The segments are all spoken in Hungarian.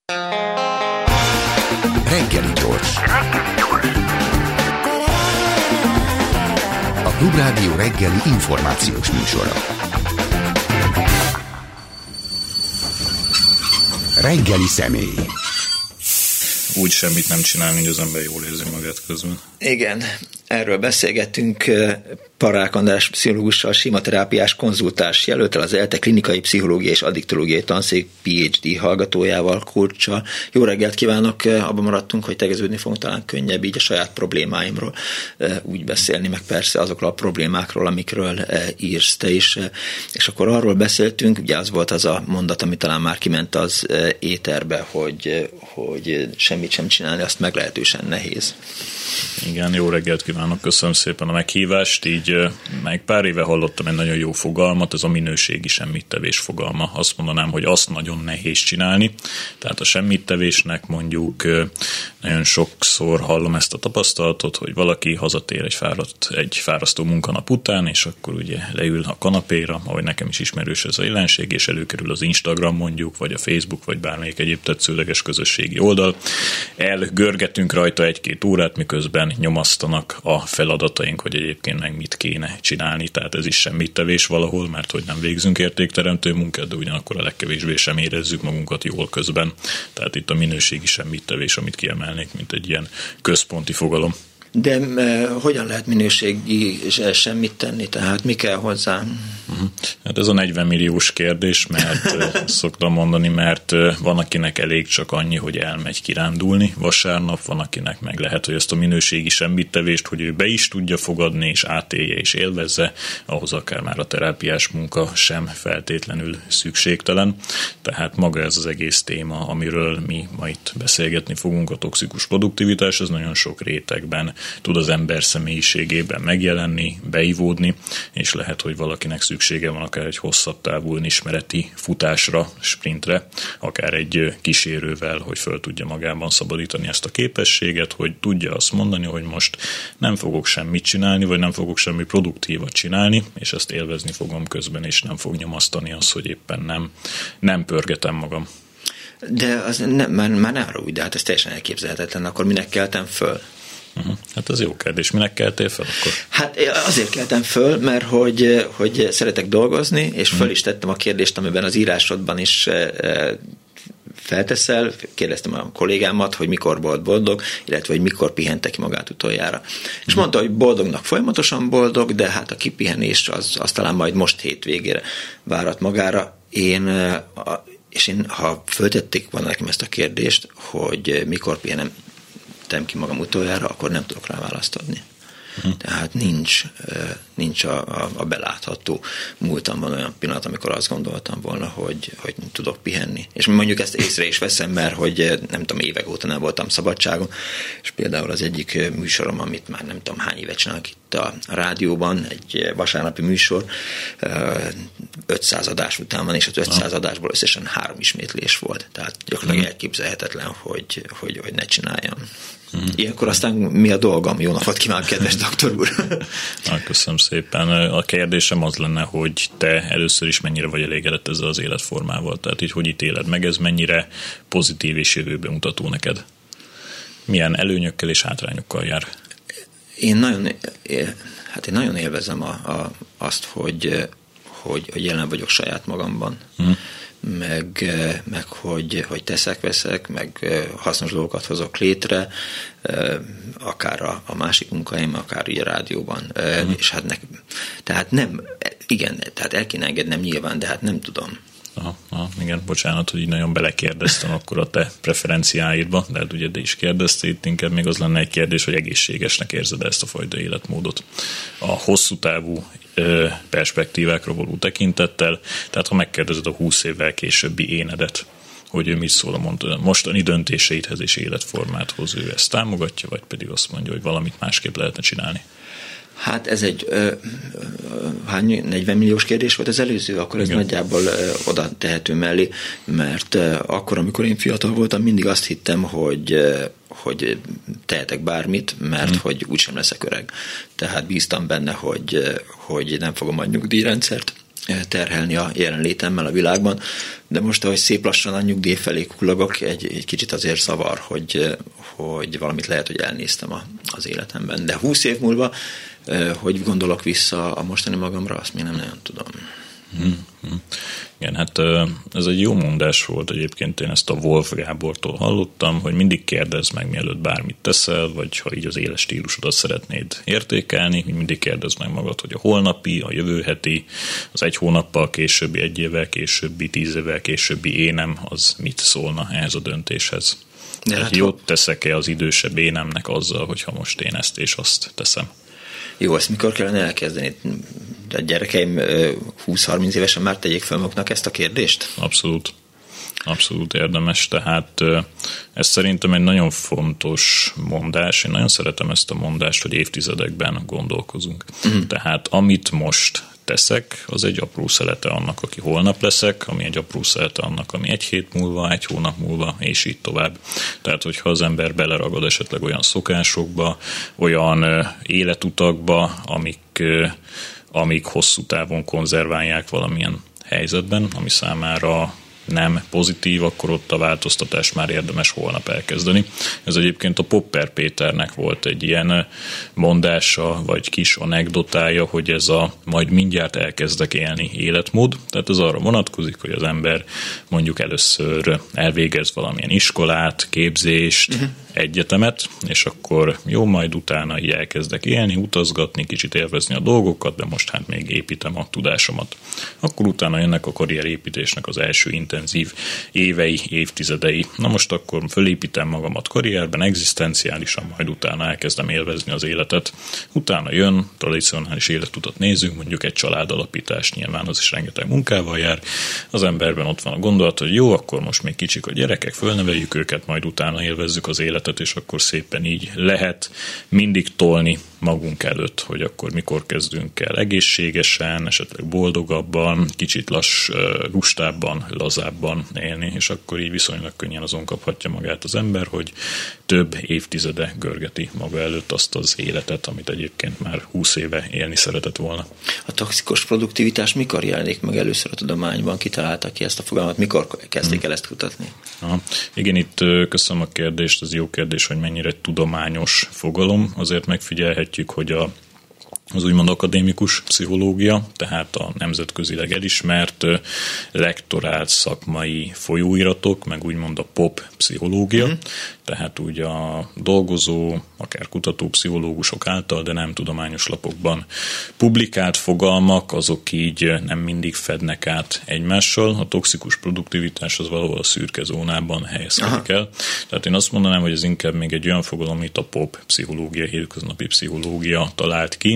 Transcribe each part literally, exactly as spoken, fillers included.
Reggeli gyors. A Klubrádió reggeli információs műsora. Reggeli személy. Úgy semmit nem csinálni, hogy az ember jól érzi magát közben. Igen, erről beszélgettünk Parrák András pszichológussal, simaterápiás konzultáns jelöltel, az ELTE klinikai pszichológiai és addiktológiai tanszék pé há dé hallgatójával, coachsal. Jó reggelt kívánok, abban maradtunk, hogy tegeződni fogunk, talán könnyebb így a saját problémáimról úgy beszélni, meg persze azokról a problémákról, amikről írsz te is. És akkor arról beszéltünk, ugye az volt az a mondat, ami talán már kiment az éterbe, hogy, hogy semmit sem csinálni, azt meglehetősen nehéz. Igen, jó reggelt kívánok, köszönöm szépen a meghívást. Így meg pár éve hallottam egy nagyon jó fogalmat, ez a minőségi semmittevés fogalma. Azt mondanám, hogy azt nagyon nehéz csinálni. Tehát a semmittevésnek mondjuk nagyon sokszor hallom ezt a tapasztalatot, hogy valaki hazatér egy, fáradt, egy fárasztó munkanap után, és akkor ugye leül a kanapéra, ahogy nekem is ismerős ez a jelenség, és előkerül az Instagram mondjuk, vagy a Facebook, vagy bármelyik egyéb tetszőleges közösségi oldal. Elgörgetünk rajta egy-két órát, miközben nyomasztanak a feladataink, hogy egyébként meg mit kéne csinálni, tehát ez is semmittevés valahol, mert hogy nem végzünk értékteremtő munkát, de ugyanakkor a legkevésbé sem érezzük magunkat jól közben. Tehát itt a minőségi semmittevés, amit kiemelnék, mint egy ilyen központi fogalom. De uh, hogyan lehet minőségi semmit tenni? Tehát mi kell hozzá? Uh-huh. Hát ez a negyven milliós kérdés, mert szoktam mondani, mert van, akinek elég csak annyi, hogy elmegy kirándulni vasárnap, van, akinek meg lehet, hogy ezt a minőségi semmittevést, hogy ő be is tudja fogadni, és átélje, és élvezze, ahhoz akár már a terápiás munka sem feltétlenül szükségtelen. Tehát maga ez az egész téma, amiről mi ma itt beszélgetni fogunk, a toxikus produktivitás, ez nagyon sok rétegben tud az ember személyiségében megjelenni, beivódni, és lehet, hogy valakinek szüksége van akár egy hosszabb távú önismereti futásra, sprintre, akár egy kísérővel, hogy föl tudja magában szabadítani ezt a képességet, hogy tudja azt mondani, hogy most nem fogok semmit csinálni, vagy nem fogok semmi produktívat csinálni, és ezt élvezni fogom közben, és nem fog nyomasztani az, hogy éppen nem, nem pörgetem magam. De az nem, már, már ne arra úgy, de hát ez teljesen elképzelhetetlen, akkor minek keltem föl? Uh-huh. Hát ez jó kérdés. Minek keltél fel akkor? Hát azért keltem föl, mert hogy, hogy szeretek dolgozni, és föl uh-huh. is tettem a kérdést, amiben az írásodban is felteszel. Kérdeztem a kollégámat, hogy mikor volt boldog, illetve hogy mikor pihente ki magát utoljára. Uh-huh. És mondta, hogy boldognak folyamatosan boldog, de hát a kipihenés az, az talán majd most hétvégére várat magára. Én, és én, ha föltették volna nekem ezt a kérdést, hogy mikor pihenem ki magam utoljára, akkor nem tudok rá választ adni. Uh-huh. Tehát nincs, nincs a, a, a belátható múltamban olyan pillanat, amikor azt gondoltam volna, hogy, hogy tudok pihenni. És mondjuk ezt észre is veszem, mert hogy nem tudom, évek óta nem voltam szabadságon, és például az egyik műsorom, amit már nem tudom hány évet csinálok itt a rádióban, egy vasárnapi műsor, ötszáz adás után van, és az ötszáz adásból összesen három ismétlés volt. Tehát gyakorlatilag uh-huh. elképzelhetetlen, hogy, hogy, hogy ne csináljam. Hmm. Ilyenkor aztán mi a dolgom? Jó napot kívánok, kedves doktor úr! Na, köszönöm szépen. A kérdésem az lenne, hogy te először is mennyire vagy elégedett ezzel az életformával? Tehát így hogy ítéled meg, ez mennyire pozitív és jövőbe mutató neked? Milyen előnyökkel és hátrányokkal jár? Én nagyon, hát én nagyon élvezem a, a, azt, hogy, hogy, hogy jelen vagyok saját magamban. Hmm. meg, meg hogy, hogy teszek, veszek, meg hasznos dolgokat hozok létre, akár a, a másik munkahelyen, akár így a rádióban. Mm. És hát nek, tehát nem, igen, tehát el kéne engednem nyilván, de hát nem tudom. Aha, aha, igen, bocsánat, hogy így nagyon belekérdeztem akkor a te preferenciáidba, de hát ugye de is kérdeztél, itt inkább még az lenne egy kérdés, hogy egészségesnek érzed ezt a fajta életmódot. A hosszú távú ö, perspektívákra való tekintettel, tehát ha megkérdezed a húsz évvel későbbi énedet, hogy ő mit szól a mostani döntéseidhez és életformádhoz, ő ezt támogatja, vagy pedig azt mondja, hogy valamit másképp lehetne csinálni? Hát ez egy ö, ö, hány, negyven milliós kérdés volt az előző, akkor ez igen. Nagyjából ö, oda tehető mellé, mert ö, akkor, amikor én fiatal voltam, mindig azt hittem, hogy, ö, hogy tehetek bármit, mert hmm. hogy úgysem leszek öreg. Tehát bíztam benne, hogy, hogy nem fogom a nyugdíjrendszert terhelni a jelenlétemmel a világban, de most, ahogy szép lassan a nyugdíj felé kullogok, egy, egy kicsit azért zavar, hogy, hogy valamit lehet, hogy elnéztem a, az életemben. De húsz év múlva, hogy gondolok vissza a mostani magamra, azt még nem nagyon tudom. Hmm, hmm. Igen, hát ez egy jó mondás volt egyébként, én ezt a Wolf Gábortól hallottam, hogy mindig kérdezz meg, mielőtt bármit teszel, vagy ha így az éles stílusodat szeretnéd értékelni, mindig kérdezz meg magad, hogy a holnapi, a jövő heti, az egy hónappal későbbi, egy évvel későbbi, tíz évvel későbbi énem, az mit szólna ehhez a döntéshez. De hát jót teszek-e az idősebb énemnek azzal, hogyha most én ezt és azt teszem. Jó, ezt mikor kellene elkezdeni? A gyerekeim húsz-harminc évesen már tegyék fel maguknak ezt a kérdést? Abszolút. Abszolút érdemes, tehát ez szerintem egy nagyon fontos mondás. Én nagyon szeretem ezt a mondást, hogy évtizedekben gondolkozunk. Uh-huh. Tehát amit most teszek, az egy apró szelete annak, aki holnap leszek, ami egy apró szelete annak, ami egy hét múlva, egy hónap múlva, és így tovább. Tehát, hogyha az ember beleragad esetleg olyan szokásokba, olyan életutakba, amik, amik hosszú távon konzerválják valamilyen helyzetben, ami számára nem pozitív, akkor ott a változtatást már érdemes holnap elkezdeni. Ez egyébként a Popper Péternek volt egy ilyen mondása, vagy kis anekdotája, hogy ez a majd mindjárt elkezdek élni életmód. Tehát ez arra vonatkozik, hogy az ember mondjuk először elvégez valamilyen iskolát, képzést, uh-huh. egyetemet, és akkor jó, majd utána így elkezdek élni, utazgatni, kicsit élvezni a dolgokat, de most hát még építem a tudásomat. Akkor utána jönnek a karrierépítésnek az első intenzív évei, évtizedei. Na most akkor fölépítem magamat karrierben, egzisztenciálisan, majd utána elkezdem élvezni az életet. Utána jön, tradicionális életutat nézünk, mondjuk egy családalapítás, nyilván az is rengeteg munkával jár. Az emberben ott van a gondolat, hogy jó, akkor most még kicsik a gyerekek, fölneveljük őket, majd utána élvezzük az életet, és akkor szépen így lehet mindig tolni magunk előtt, hogy akkor mikor kezdünk el egészségesen, esetleg boldogabban, kicsit lass, lustábban, lazábban élni, és akkor így viszonylag könnyen azon kaphatja magát az ember, hogy több évtizede görgeti maga előtt azt az életet, amit egyébként már húsz éve élni szeretett volna. A toxikus produktivitás mikor jelenik meg először a tudományban? Kitaláltak ki ezt a fogalmat? Mikor kezdték el ezt kutatni? Aha. Igen, itt köszönöm a kérdést, ez jó kérdés, hogy mennyire tudományos fogalom. Azért megfigyelhetjük, hogy a az úgymond akadémikus pszichológia, tehát a nemzetközileg elismert, lektorált szakmai folyóiratok, meg úgymond a pop pszichológia, mm. tehát úgy a dolgozó, akár kutató pszichológusok által, de nem tudományos lapokban publikált fogalmak, azok így nem mindig fednek át egymással. A toxikus produktivitás az valahol a szürke zónában helyezkedik el. Tehát én azt mondanám, hogy ez inkább még egy olyan fogalom, amit a pop pszichológia, hétköznapi pszichológia talált ki,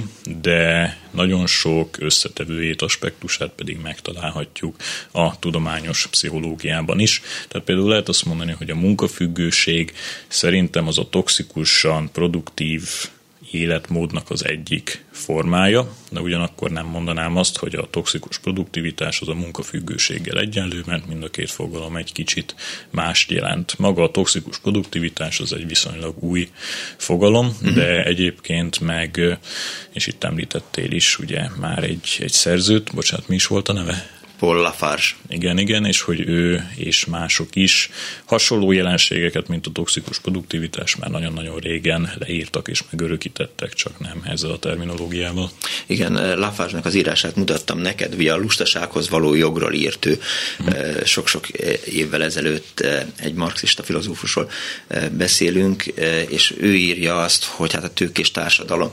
de nagyon sok összetevőjét, aspektusát pedig megtalálhatjuk a tudományos pszichológiában is. Tehát például lehet azt mondani, hogy a munkafüggőség szerintem az a toxikusan produktív életmódnak az egyik formája, de ugyanakkor nem mondanám azt, hogy a toxikus produktivitás az a munkafüggőséggel egyenlő, mert mind a két fogalom egy kicsit mást jelent. Maga a toxikus produktivitás az egy viszonylag új fogalom, uh-huh. de egyébként meg, és itt említettél is ugye már egy, egy szerzőt, bocsánat, mi is volt a neve? Paul Lafarge. Igen, igen, és hogy ő és mások is hasonló jelenségeket, mint a toxikus produktivitás már nagyon-nagyon régen leírtak és megörökítettek, csak nem ezzel a terminológiával. Igen, Lafarge-nak az írását mutattam neked, via a lustasághoz való jogról írt ő. Hmm. Sok-sok évvel ezelőtt egy marxista filozófusról beszélünk, és ő írja azt, hogy hát a tőkés társadalom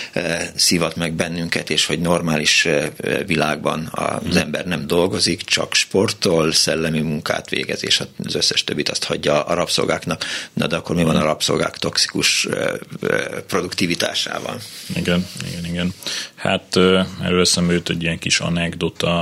szívat meg bennünket, és hogy normális világban az hmm. ember nem dolgozik, csak sportol, szellemi munkát végez, és az összes többit azt hagyja a rabszolgáknak. Na de akkor mi van a rabszolgák toxikus produktivitásával? Igen, igen, igen. Hát erről eszembe jut egy ilyen kis anekdota,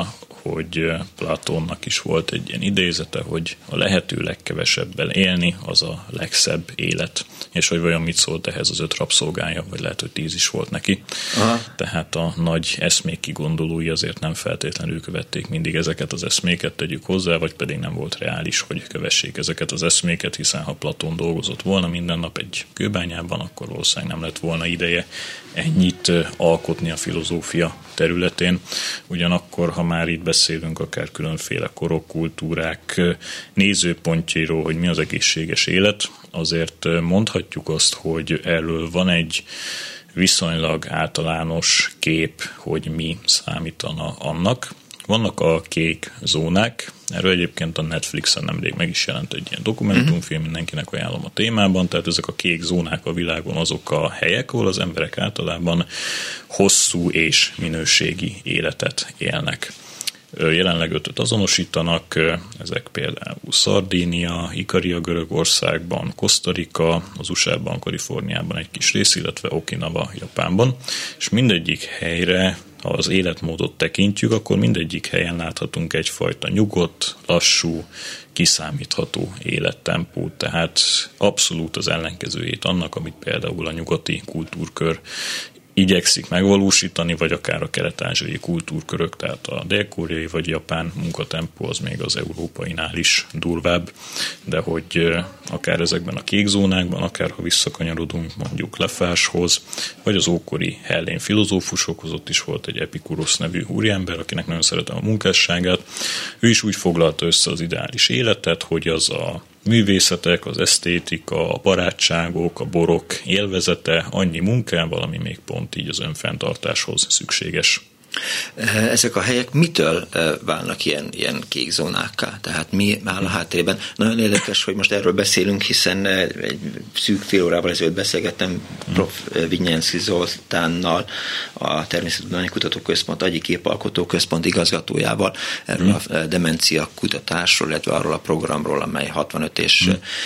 hogy Platónnak is volt egy ilyen idézete, hogy a lehető legkevesebbel élni az a legszebb élet. És hogy vajon mit szólt ehhez az öt rabszolgája, vagy lehet, hogy tíz is volt neki. Aha. Tehát a nagy eszmék kigondolói azért nem feltétlenül követték mindig ezeket az eszméket, tegyük hozzá, vagy pedig nem volt reális, hogy kövessék ezeket az eszméket, hiszen ha Platón dolgozott volna minden nap egy kőbányában, akkor valószínűleg nem lett volna ideje ennyit alkotni a filozófia területén. Ugyanakkor, ha már itt beszélünk akár különféle korok, kultúrák nézőpontjairól, hogy mi az egészséges élet, azért mondhatjuk azt, hogy erről van egy viszonylag általános kép, hogy mi számítana annak. Vannak a kék zónák, erről egyébként a Netflixen nemrég meg is jelent egy ilyen dokumentumfilm, mindenkinek ajánlom a témában, tehát ezek a kék zónák a világon azok a helyek, ahol az emberek általában hosszú és minőségi életet élnek. Jelenleg ötöt azonosítanak, ezek például Szardínia, Ikaria Görögországban, Costa Rica, az u es á-ban, Kaliforniában egy kis rész, illetve Okinawa Japánban, és mindegyik helyre, ha az életmódot tekintjük, akkor mindegyik helyen láthatunk egyfajta nyugodt, lassú, kiszámítható élettempót, tehát abszolút az ellenkezőjét annak, amit például a nyugati kultúrkör igyekszik megvalósítani, vagy akár a kelet-ázsiai kultúrkörök, tehát a dél-koreai vagy japán munkatempó az még az európainál is durvább, de hogy akár ezekben a kék zónákban, akár ha visszakanyarodunk mondjuk Lefáshoz, vagy az ókori hellén filozófusokhoz, ott is volt egy Epikurosz nevű úriember, akinek nagyon szeretem a munkásságát, ő is úgy foglalta össze az ideális életet, hogy az a művészetek, az esztétika, a barátságok, a borok élvezete annyi munkával, ami még pont így az önfenntartáshoz szükséges. Ezek a helyek mitől válnak ilyen, ilyen kék zónákká? Tehát mi áll a háttérben? Nagyon érdekes, hogy most erről beszélünk, hiszen egy szűk fél órával ezelőtt beszélgettem prof. Vinyensky Zoltánnal, a Természettudományi Kutatóközpont egyik képalkotó központ igazgatójával erről a demencia kutatásról, illetve arról a programról, amely hatvanöt és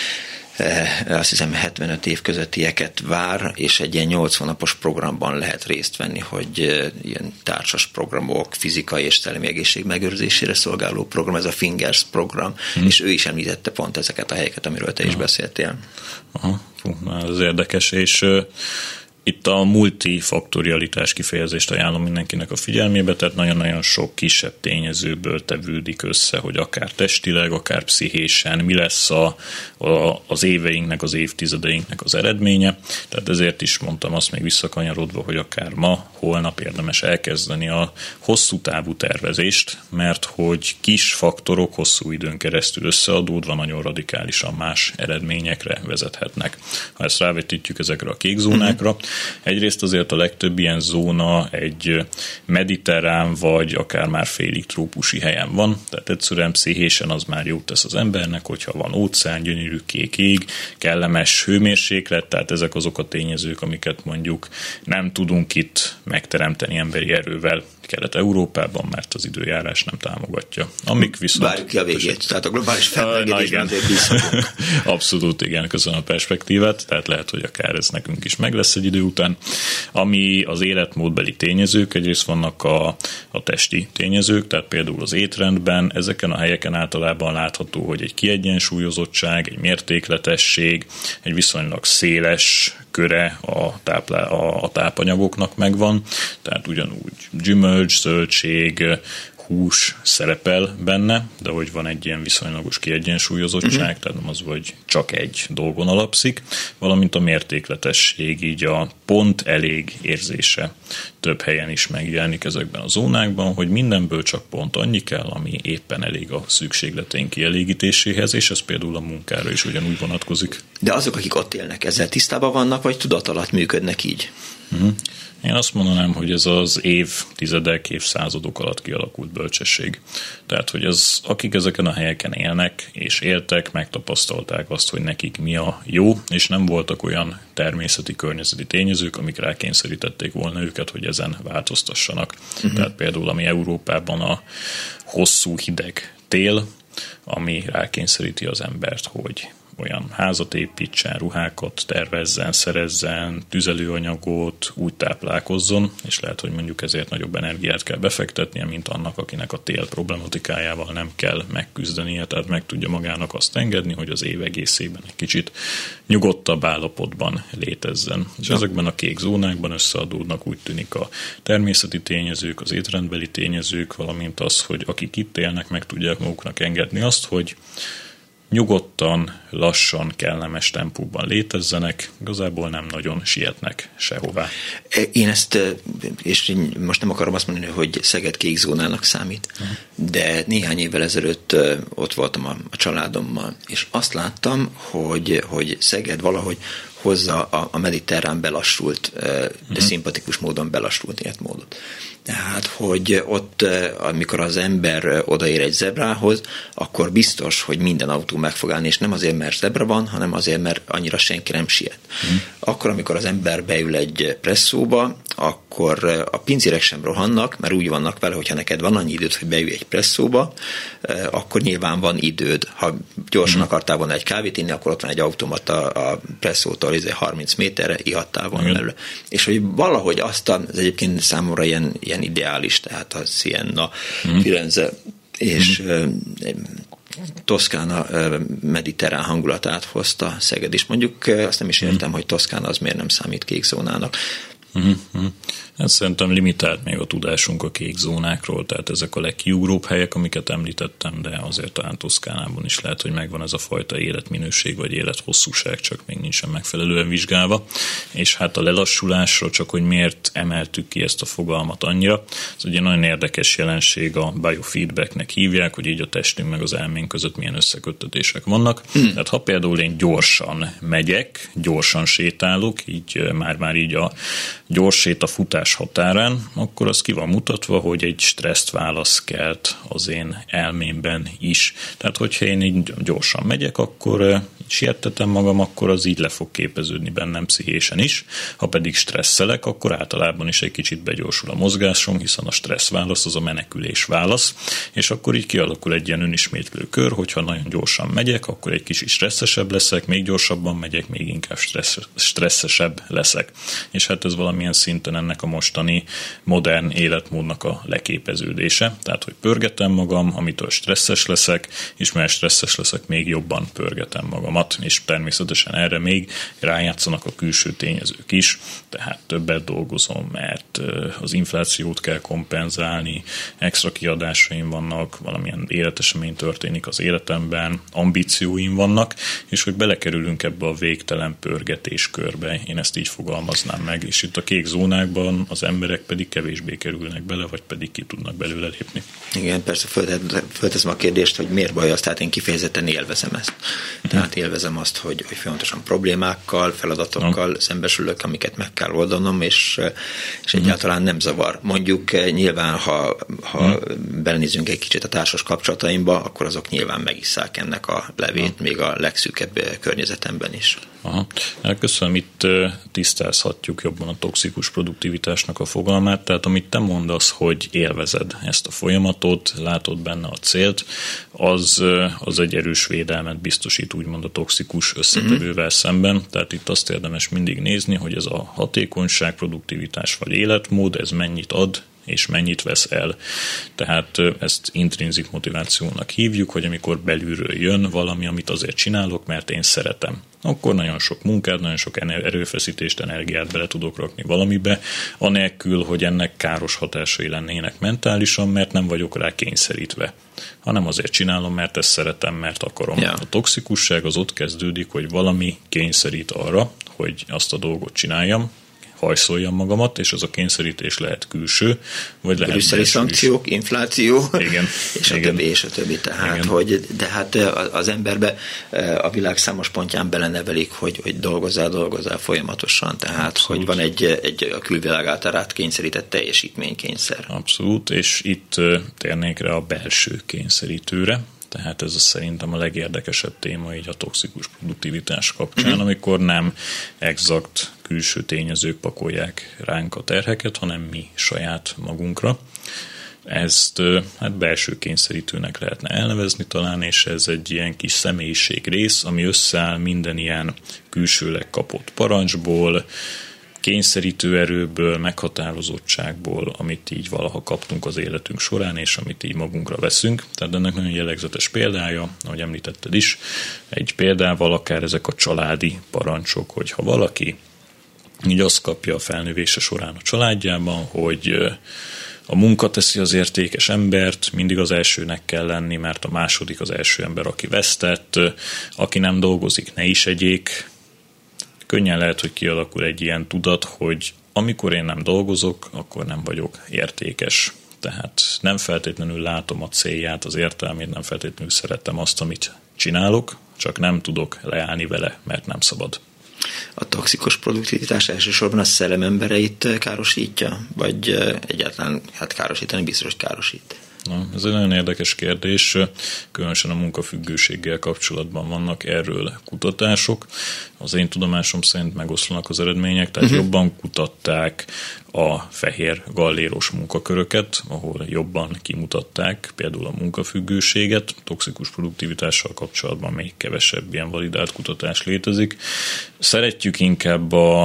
azt hiszem hetvenöt év közöttieket vár, és egy ilyen nyolc hónapos programban lehet részt venni, hogy ilyen társas programok, fizikai és szellemi egészség megőrzésére szolgáló program, ez a Fingers program, hmm. és ő is említette pont ezeket a helyeket, amiről te is Aha. beszéltél. Aha, Fú, ez érdekes, és uh, itt a multifaktorialitás kifejezést ajánlom mindenkinek a figyelmébe, tehát nagyon-nagyon sok kisebb tényezőből tevődik össze, hogy akár testileg, akár pszichésen, mi lesz a, a, az éveinknek, az évtizedeinknek az eredménye. Tehát ezért is mondtam azt még visszakanyarodva, hogy akár ma, holnap érdemes elkezdeni a hosszú távú tervezést, mert hogy kis faktorok hosszú időn keresztül összeadódva nagyon radikálisan más eredményekre vezethetnek. Ha ezt rávetítjük ezekre a kék zónákra, mm-hmm. Egyrészt azért a legtöbb ilyen zóna egy mediterrán, vagy akár már félig trópusi helyen van, tehát egyszerűen pszichésen az már jót tesz az embernek, hogyha van óceán, gyönyörű kék ég, kellemes hőmérséklet, tehát ezek azok a tényezők, amiket mondjuk nem tudunk itt megteremteni emberi erővel Kelet-Európában, mert az időjárás nem támogatja. Amik viszont... Várjuk ki a végét, tehát a globális felmelegedésben azért bízhatunk. Abszolút, igen, köszönöm a perspektívát, tehát lehet, hogy akár ez nekünk is meg lesz egy idő után. Ami az életmódbeli tényezők, egyrészt vannak a, a testi tényezők, tehát például az étrendben, ezeken a helyeken általában látható, hogy egy kiegyensúlyozottság, egy mértékletesség, egy viszonylag széles köre a, táplá, a, a tápanyagoknak megvan, tehát ugyanúgy gyümölcs, zöldség, hús szerepel benne, de hogy van egy ilyen viszonylagos kiegyensúlyozottság, uh-huh. tehát nem az, hogy csak egy dolgon alapszik, valamint a mértékletesség, így a pont elég érzése több helyen is megjelenik ezekben a zónákban, hogy mindenből csak pont annyi kell, ami éppen elég a szükségleteink kielégítéséhez, és ez például a munkára is ugyanúgy vonatkozik. De azok, akik ott élnek, ezzel tisztában vannak, vagy tudat alatt működnek így? Uh-huh. Én azt mondanám, hogy ez az évtizedek, évszázadok alatt kialakult bölcsesség. Tehát, hogy ez, akik ezeken a helyeken élnek és éltek, megtapasztalták azt, hogy nekik mi a jó, és nem voltak olyan természeti, környezeti tényezők, amik rákényszerítették volna őket, hogy ezen változtassanak. Uh-huh. Tehát például, ami Európában a hosszú hideg tél, ami rákényszeríti az embert, hogy olyan házat építsen, ruhákat tervezzen, szerezzen, tüzelőanyagot, úgy táplálkozzon, és lehet, hogy mondjuk ezért nagyobb energiát kell befektetnie, mint annak, akinek a tél problematikájával nem kell megküzdenie, tehát meg tudja magának azt engedni, hogy az év egészében egy kicsit nyugodtabb állapotban létezzen. És ezekben a kék zónákban összeadódnak, úgy tűnik, a természeti tényezők, az étrendbeli tényezők, valamint az, hogy akik itt élnek, meg tudják maguknak engedni azt, hogy nyugodtan, lassan, kellemes tempóban létezzenek, igazából nem nagyon sietnek sehová. Én ezt, és most nem akarom azt mondani, hogy Szeged kék zónának számít, uh-huh. de néhány évvel ezelőtt ott voltam a, a családommal, és azt láttam, hogy, hogy Szeged valahogy hozza a, a mediterrán belassult, de uh-huh. szimpatikus módon belassult életmódot. Tehát, hogy ott, amikor az ember odaér egy zebrához, akkor biztos, hogy minden autó meg fog állni, és nem azért, mert zebra van, hanem azért, mert annyira senki nem siet. Uh-huh. Akkor, amikor az ember beül egy presszóba, akkor a pincérek sem rohannak, mert úgy vannak vele, hogyha neked van annyi időd, hogy beülj egy presszóba, akkor nyilván van időd. Ha gyorsan uh-huh. akartál volna egy kávét inni, akkor ott van egy automata a presszótól harminc méterre, ihattál volna belőle. És hogy valahogy azt az egyébként számomra ilyen, ilyen ideális, tehát a Siena, uh-huh. Firenze és uh-huh. Toszkána mediterrán hangulatát hozta Szeged is. Mondjuk azt nem is értem, uh-huh. hogy Toszkána az miért nem számít kék zónának. Uh-huh. Hát szerintem limitált még a tudásunk a kék zónákról, tehát ezek a legkiugróbb helyek, amiket említettem, de azért talán Toszkánában is lehet, hogy megvan ez a fajta életminőség vagy élethosszúság, csak még nincsen megfelelően vizsgálva. És hát a lelassulásról, csak hogy miért emeltük ki ezt a fogalmat annyira, ez ugye nagyon érdekes jelenség, a biofeedbacknek hívják, hogy így a testünk meg az elménk között milyen összeköttetések vannak. Hmm. Tehát ha például én gyorsan megyek, gyorsan sétálok, így már-már így a gyors séta futás határán, akkor az ki van mutatva, hogy egy stresszt válasz kelt az én elmémben is. Tehát, hogyha én így gyorsan megyek, akkor siettetem magam, akkor az így le fog képeződni bennem pszichésen is. Ha pedig stresszelek, akkor általában is egy kicsit begyorsul a mozgásom, hiszen a stressz válasz az a menekülés válasz, és akkor így kialakul egy ilyen önismétlő kör, hogyha nagyon gyorsan megyek, akkor egy kicsit stresszesebb leszek, még gyorsabban megyek, még inkább stressz, stresszesebb leszek. És hát ez valamilyen szinten ennek a mostani modern életmódnak a leképeződése. Tehát, hogy pörgetem magam, amitől stresszes leszek, és mert stresszes leszek, még jobban pörgetem magamat, és természetesen erre még rájátszanak a külső tényezők is, tehát többet dolgozom, mert az inflációt kell kompenzálni, extra kiadásaim vannak, valamilyen életesemény történik az életemben, ambícióim vannak, és hogy belekerülünk ebbe a végtelen pörgetés körbe. Én ezt így fogalmaznám meg, és itt a kék zónákban az emberek pedig kevésbé kerülnek bele, vagy pedig ki tudnak belőle lépni. Igen, persze fölteszem a kérdést, hogy miért baj az, tehát én kifejezetten élvezem ezt. Tehát élvezem azt, hogy, hogy folyamatosan problémákkal, feladatokkal no. szembesülök, amiket meg kell oldanom, és, és egyáltalán nem zavar. Mondjuk nyilván, ha, ha mm. belenézünk egy kicsit a társas kapcsolataimba, akkor azok nyilván megisszák ennek a levét, no. még a legszűkebb környezetemben is. Aha. Köszönöm, itt tisztázhatjuk jobban a toxikus produktivitásnak a fogalmát, tehát amit te mondasz, hogy élvezed ezt a folyamatot, látod benne a célt, az, az egy erős védelmet biztosít úgymond a toxikus összetevővel uh-huh. szemben, tehát itt azt érdemes mindig nézni, hogy ez a hatékonyság, produktivitás vagy életmód, ez mennyit ad, és mennyit vesz el. Tehát ezt intrinzik motivációnak hívjuk, hogy amikor belülről jön valami, amit azért csinálok, mert én szeretem. Akkor nagyon sok munkát, nagyon sok erőfeszítést, energiát bele tudok rakni valamibe, anélkül, hogy ennek káros hatásai lennének mentálisan, mert nem vagyok rá kényszerítve. Hanem azért csinálom, mert ezt szeretem, mert akarom. Ja. A toxikusság az ott kezdődik, hogy valami kényszerít arra, hogy azt a dolgot csináljam, hajszoljam magamat, és az a kényszerítés lehet külső, vagy lehet brüsszeli szankciók, infláció, igen, és igen. a többi, és a többi. Tehát, hogy, de hát az emberbe a világ számos pontján belenevelik, hogy, hogy dolgozzál, dolgozzál folyamatosan, tehát, abszolút. Hogy van egy, egy a külvilág által rád kényszerített teljesítménykényszer. Abszolút, és itt térnék rá a belső kényszerítőre, tehát ez szerintem a legérdekesebb téma így a toxikus produktivitás kapcsán, mm-hmm. amikor nem exakt külső tényezők pakolják ránk a terheket, hanem mi saját magunkra. Ezt hát belső kényszerítőnek lehetne elnevezni talán, és ez egy ilyen kis személyiség rész, ami összeáll minden ilyen külsőleg kapott parancsból, kényszerítő erőből, meghatározottságból, amit így valaha kaptunk az életünk során, és amit így magunkra veszünk. Tehát ennek nagyon jellegzetes példája, ahogy említetted is, egy példával akár ezek a családi parancsok, hogyha valaki így azt kapja a felnövése során a családjában, hogy a munka teszi az értékes embert, mindig az elsőnek kell lenni, mert a második az első ember, aki vesztett, aki nem dolgozik, ne is egyék. Könnyen lehet, hogy kialakul egy ilyen tudat, hogy amikor én nem dolgozok, akkor nem vagyok értékes. Tehát nem feltétlenül látom a célját, az értelmét, nem feltétlenül szeretem azt, amit csinálok, csak nem tudok leállni vele, mert nem szabad. A toxikus produktivitás elsősorban a szellem embereit károsítja? Vagy egyáltalán hát károsítani biztos, hogy károsít? Na, ez egy nagyon érdekes kérdés, különösen a munkafüggőséggel kapcsolatban vannak erről kutatások. Az én tudomásom szerint megoszlanak az eredmények, tehát uh-huh. jobban kutatták a fehér galléros munkaköröket, ahol jobban kimutatták például a munkafüggőséget, toxikus produktivitással kapcsolatban még kevesebb ilyen validált kutatás létezik. Szeretjük inkább a,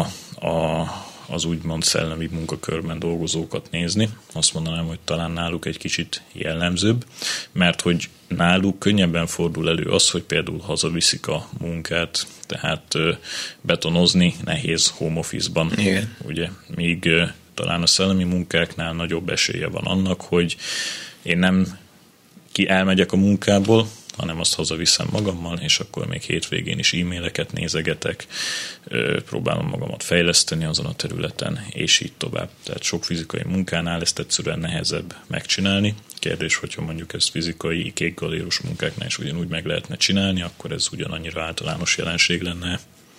a az úgymond szellemi munkakörben dolgozókat nézni. Azt mondanám, hogy talán náluk egy kicsit jellemzőbb, mert hogy náluk könnyebben fordul elő az, hogy például hazaviszik a munkát, tehát betonozni nehéz home office-ban. Igen. Ugye, míg talán a szellemi munkáknál nagyobb esélye van annak, hogy én nem ki elmegyek a munkából, hanem azt hazaviszem magammal, és akkor még hétvégén is e-maileket nézegetek, próbálom magamat fejleszteni azon a területen, és így tovább. Tehát sok fizikai munkánál ezt egyszerűen nehezebb megcsinálni. Kérdés, hogyha mondjuk ezt fizikai, kékgaléros munkáknál is ugyanúgy meg lehetne csinálni, akkor ez ugyanannyira általános jelenség lenne.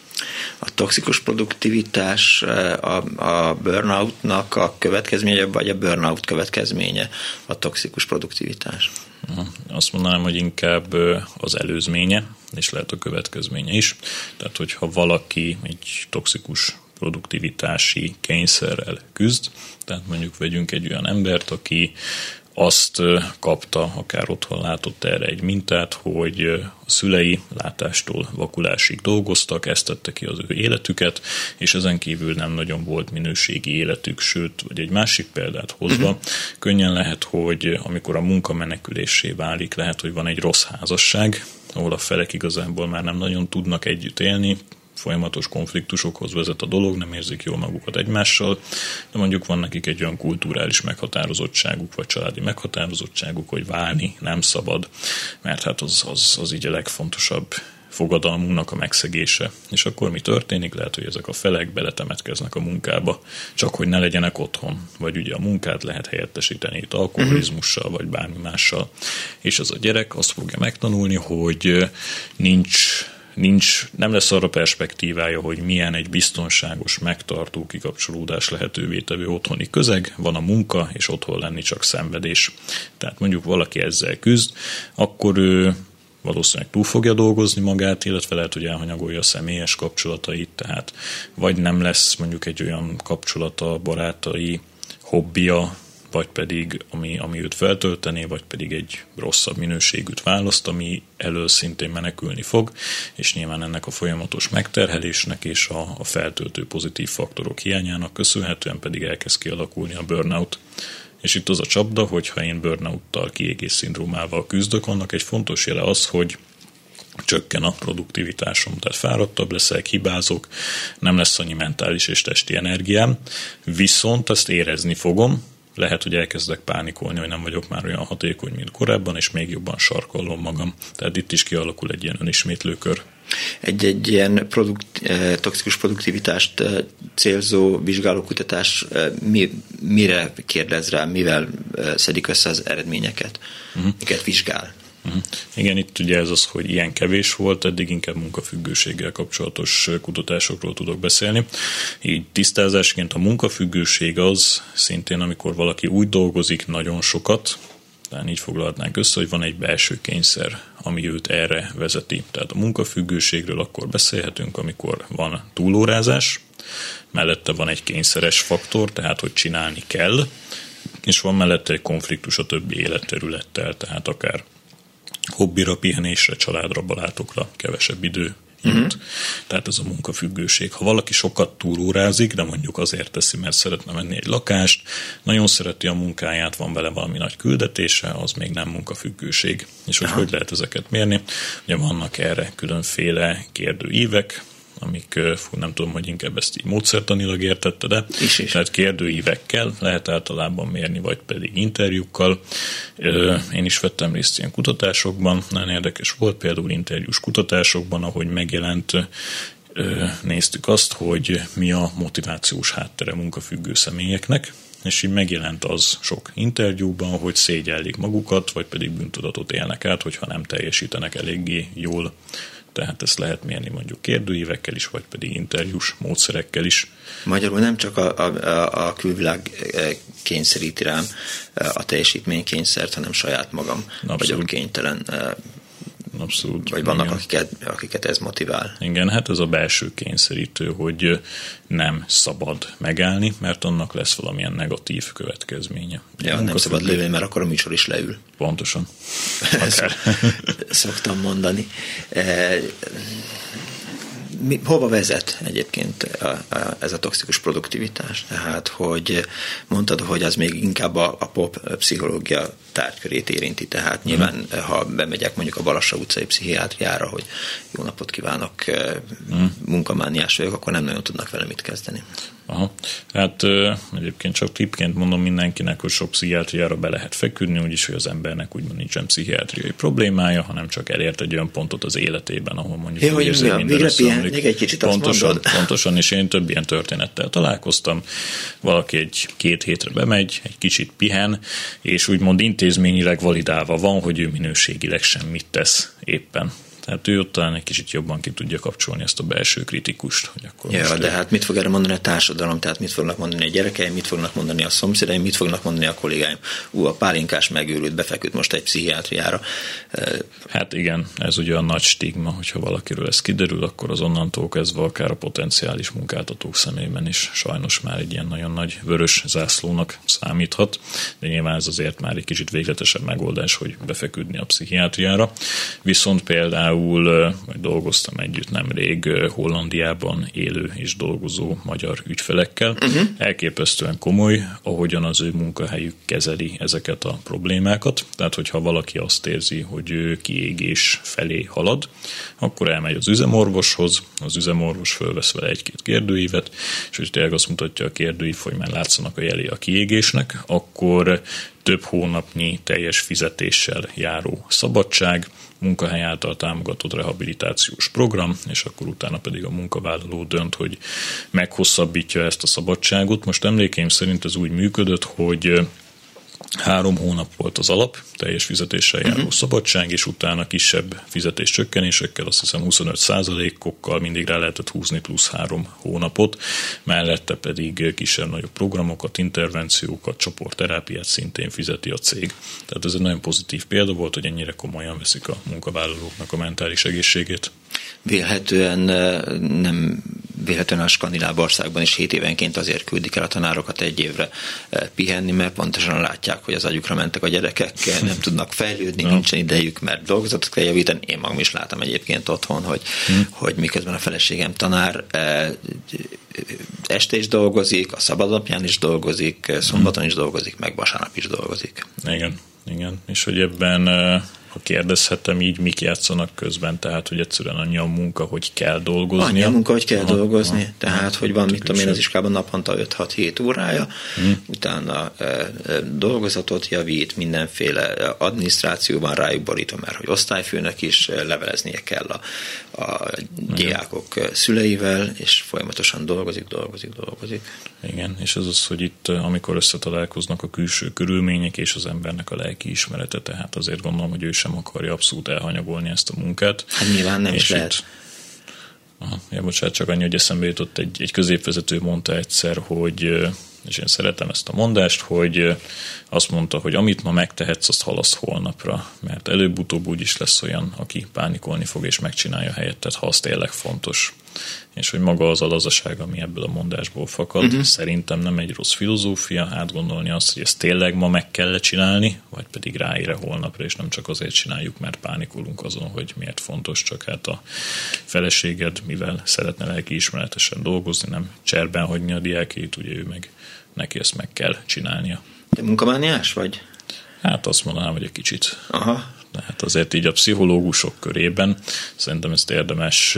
A toxikus produktivitás a, a burnoutnak a következménye, vagy a burnout következménye a toxikus produktivitás? Azt mondanám, hogy inkább az előzménye, és lehet a következménye is. Tehát, hogyha valaki egy toxikus produktivitási kényszerrel küzd, tehát mondjuk vegyünk egy olyan embert, aki azt kapta, akár otthon látott erre egy mintát, hogy a szülei látástól vakulásig dolgoztak, ezt tette ki az ő életüket, és ezen kívül nem nagyon volt minőségi életük, sőt, vagy egy másik példát hozva, uh-huh. könnyen lehet, hogy amikor a munka menekülésé válik, lehet, hogy van egy rossz házasság, ahol a felek igazából már nem nagyon tudnak együtt élni, folyamatos konfliktusokhoz vezet a dolog, nem érzik jól magukat egymással, de mondjuk van nekik egy olyan kulturális meghatározottságuk, vagy családi meghatározottságuk, hogy válni nem szabad, mert hát az, az, az így a legfontosabb fogadalmunknak a megszegése. És akkor mi történik? Lehet, hogy ezek a felek beletemetkeznek a munkába, csak hogy ne legyenek otthon. Vagy ugye a munkát lehet helyettesíteni itt alkoholizmussal, vagy bármi mással. És az a gyerek azt fogja megtanulni, hogy nincs Nincs, nem lesz arra perspektívája, hogy milyen egy biztonságos, megtartó kikapcsolódás lehetővé tevő otthoni közeg, van a munka, és otthon lenni csak szenvedés. Tehát mondjuk valaki ezzel küzd, akkor ő valószínűleg túl fogja dolgozni magát, illetve lehet, hogy elhanyagolja a személyes kapcsolatait, tehát vagy nem lesz mondjuk egy olyan kapcsolata, barátai, hobbija, vagy pedig ami, ami őt feltöltené, vagy pedig egy rosszabb minőségűt választ, ami elől szintén menekülni fog, és nyilván ennek a folyamatos megterhelésnek és a, a feltöltő pozitív faktorok hiányának köszönhetően pedig elkezd kialakulni a burnout. És itt az a csapda, hogyha én burnouttal, kiégés szindrómával küzdök, annak egy fontos jele az, hogy csökken a produktivitásom, tehát fáradtabb leszek, hibázok, nem lesz annyi mentális és testi energiám, viszont ezt érezni fogom, lehet, hogy elkezdek pánikolni, hogy nem vagyok már olyan hatékony, mint korábban, és még jobban sarkolom magam. Tehát itt is kialakul egy ilyen önismétlőkör. Egy-egy ilyen produkt, toxikus produktivitást célzó vizsgálókutatás mi, mire kérdez rá, mivel szedik össze az eredményeket, uh-huh. miket vizsgál? Uh-huh. Igen, itt ugye ez az, hogy ilyen kevés volt, eddig inkább munkafüggőséggel kapcsolatos kutatásokról tudok beszélni. Így tisztázásként a munkafüggőség az szintén, amikor valaki úgy dolgozik nagyon sokat, tehát így foglalhatnánk össze, hogy van egy belső kényszer, ami őt erre vezeti. Tehát a munkafüggőségről akkor beszélhetünk, amikor van túlórázás, mellette van egy kényszeres faktor, tehát hogy csinálni kell, és van mellette egy konfliktus a többi életterülettel, tehát akár hobbira, pihenésre, családra, barátokra kevesebb idő jut. Uh-huh. Tehát ez a munkafüggőség. Ha valaki sokat túlórázik, de mondjuk azért teszi, mert szeretne venni egy lakást, nagyon szereti a munkáját, van vele valami nagy küldetése, az még nem munkafüggőség. És hogy, hogy lehet ezeket mérni? Ugye vannak erre különféle kérdőívek, amik, fú, nem tudom, hogy inkább ezt így módszertanilag értette, de is, is. Tehát kérdőívekkel lehet általában mérni, vagy pedig interjúkkal. Én is vettem részt ilyen kutatásokban, nagyon érdekes volt, például interjús kutatásokban, ahogy megjelent, néztük azt, hogy mi a motivációs háttere munkafüggő személyeknek, és így megjelent az sok interjúban, hogy szégyellik magukat, vagy pedig bűntudatot élnek át, hogyha nem teljesítenek eléggé jól. Tehát ezt lehet mérni mondjuk kérdőívekkel is, vagy pedig interjús módszerekkel is. Magyarul nem csak a, a, a külvilág kényszeríti rám a teljesítménykényszert, hanem saját magam Abszolút. vagyok kénytelen. Abszolút. Vagy vannak, akiket, akiket ez motivál. Igen, hát ez a belső kényszerítő, hogy nem szabad megállni, mert annak lesz valamilyen negatív következménye. Ja, nem szabad lőni, mert akkor a műsor is leül. Pontosan. Szoktam mondani. Mi, hova vezet egyébként a, a, ez a toxikus produktivitás? Tehát, hogy mondtad, hogy az még inkább a, a pop pszichológia tárgykörét érinti, tehát nyilván, mm. ha bemegyek mondjuk a Balassa utcai pszichiátriára, hogy jó napot kívánok, mm. munkamániás vagyok, akkor nem nagyon tudnak vele mit kezdeni. Aha. Hát egyébként csak tippként mondom mindenkinek, hogy sok pszichiátriára be lehet feküdni, úgyis, hogy az embernek úgymond nincsen pszichiátriai problémája, hanem csak elért egy olyan pontot az életében, ahol mondjuk ja, hogy érzi, hogy minden összeomlik. Egy kicsit pontosan, pontosan, és én több ilyen történettel találkoztam. Valaki egy két hétre bemegy, egy kicsit pihen, és úgymond intézményileg validálva van, hogy ő minőségileg semmit tesz éppen. Tehát ő ott talán egy kicsit jobban ki tudja kapcsolni ezt a belső kritikust. Hogy akkor ja, de hát mit fog erre mondani a társadalom? Tehát mit fognak mondani a gyerekeim, mit fognak mondani a szomszédaim, mit fognak mondani a kollégáim? Ú, a pálinkás megőrült, befeküdt most egy pszichiátriára. Hát igen, ez ugye a nagy stigma, hogyha valakiről ez kiderül, akkor az onnantól kezdve akár a potenciális munkáltatók szemében is sajnos már egy ilyen nagyon nagy vörös zászlónak számíthat, de nyilván ez azért már egy kicsit végletesebb megoldás, hogy befeküdni a pszichiátriára. Viszont például vagy dolgoztam együtt nemrég Hollandiában élő és dolgozó magyar ügyfelekkel. Uh-huh. Elképesztően komoly, ahogyan az ő munkahelyük kezeli ezeket a problémákat. Tehát, hogyha valaki azt érzi, hogy ő kiégés felé halad, akkor elmegy az üzemorvoshoz, az üzemorvos fölvesz vele egy-két kérdőívet, és hogy tényleg azt mutatja a kérdőív, hogy már látszanak a jelé a kiégésnek, akkor több hónapnyi teljes fizetéssel járó szabadság, munkahely által támogatott rehabilitációs program, és akkor utána pedig a munkavállaló dönt, hogy meghosszabbítja ezt a szabadságot. Most emlékeim szerint ez úgy működött, hogy három hónap volt az alap, teljes fizetéssel járó uh-huh. szabadság, és utána kisebb fizetés csökkenésekkel, azt hiszem huszonöt százalékokkal mindig rá lehetett húzni plusz három hónapot, mellette pedig kisebb-nagyobb programokat, intervenciókat, csoportterápiát szintén fizeti a cég. Tehát ez egy nagyon pozitív példa volt, hogy ennyire komolyan veszik a munkavállalóknak a mentális egészségét. Vélhetően nem véletlenül a skandináv országban is hét évenként azért küldik el a tanárokat egy évre pihenni, mert pontosan látják, hogy az agyukra mentek a gyerekek, nem tudnak fejlődni, ja. nincsen idejük, mert dolgozatot kell javítani. Én magam is látom egyébként otthon, hogy, hmm. hogy miközben a feleségem tanár, este is dolgozik, a szabadnapján is dolgozik, szombaton is dolgozik, meg vasárnap is dolgozik. Igen, igen. És hogy ebben... ha kérdezhetem így, mik játszanak közben, tehát, hogy egyszerűen annyi a munka, hogy kell dolgozni. Annyi a munka, hogy kell aha, dolgozni, aha, tehát, hogy van, mit tudom én, az iskában naponta öt-hat-hét órája, hmm. utána e, e, dolgozatot javít, mindenféle adminisztrációban rájuk borítom, mert hogy osztályfőnek is leveleznie kell a, a diákok igen. szüleivel, és folyamatosan dolgozik, dolgozik, dolgozik. Igen, és ez az, hogy itt, amikor összetalálkoznak a külső körülmények és az embernek a lelki ismerete, tehát azért gondolom, hogy ő sem akarja abszolút elhanyagolni ezt a munkát. Hát nyilván nem és is lehet. Itt, aha, ja, bocsánat, csak annyi, hogy eszembe jutott egy, egy középvezető mondta egyszer, hogy És én szeretem ezt a mondást, hogy azt mondta, hogy amit ma megtehetsz, azt halaszd holnapra, mert előbb-utóbb úgy is lesz olyan, aki pánikolni fog és megcsinálja helyetted, ha az tényleg fontos. És hogy maga az a lazaság, ami ebből a mondásból fakad, uh-huh. szerintem nem egy rossz filozófia, átgondolni azt, hogy ezt tényleg ma meg kell csinálni, vagy pedig ráére holnapra, és nem csak azért csináljuk, mert pánikolunk azon, hogy miért fontos, csak hát a feleséged, mivel szeretne lelkiismeretesen dolgozni, nem cserben hagyni a diákjait, ugye ő meg neki ezt meg kell csinálnia. Te munkamániás vagy? Hát azt mondanám, hogy egy kicsit. Aha. De hát azért így a pszichológusok körében szerintem ezt érdemes.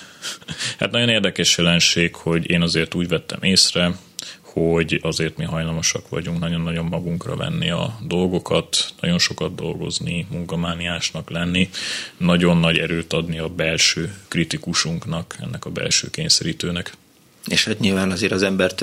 Hát nagyon érdekes jelenség, hogy én azért úgy vettem észre, hogy azért mi hajlamosak vagyunk nagyon-nagyon magunkra venni a dolgokat, nagyon sokat dolgozni, munkamániásnak lenni, nagyon nagy erőt adni a belső kritikusunknak, ennek a belső kényszerítőnek. És hát nyilván azért az embert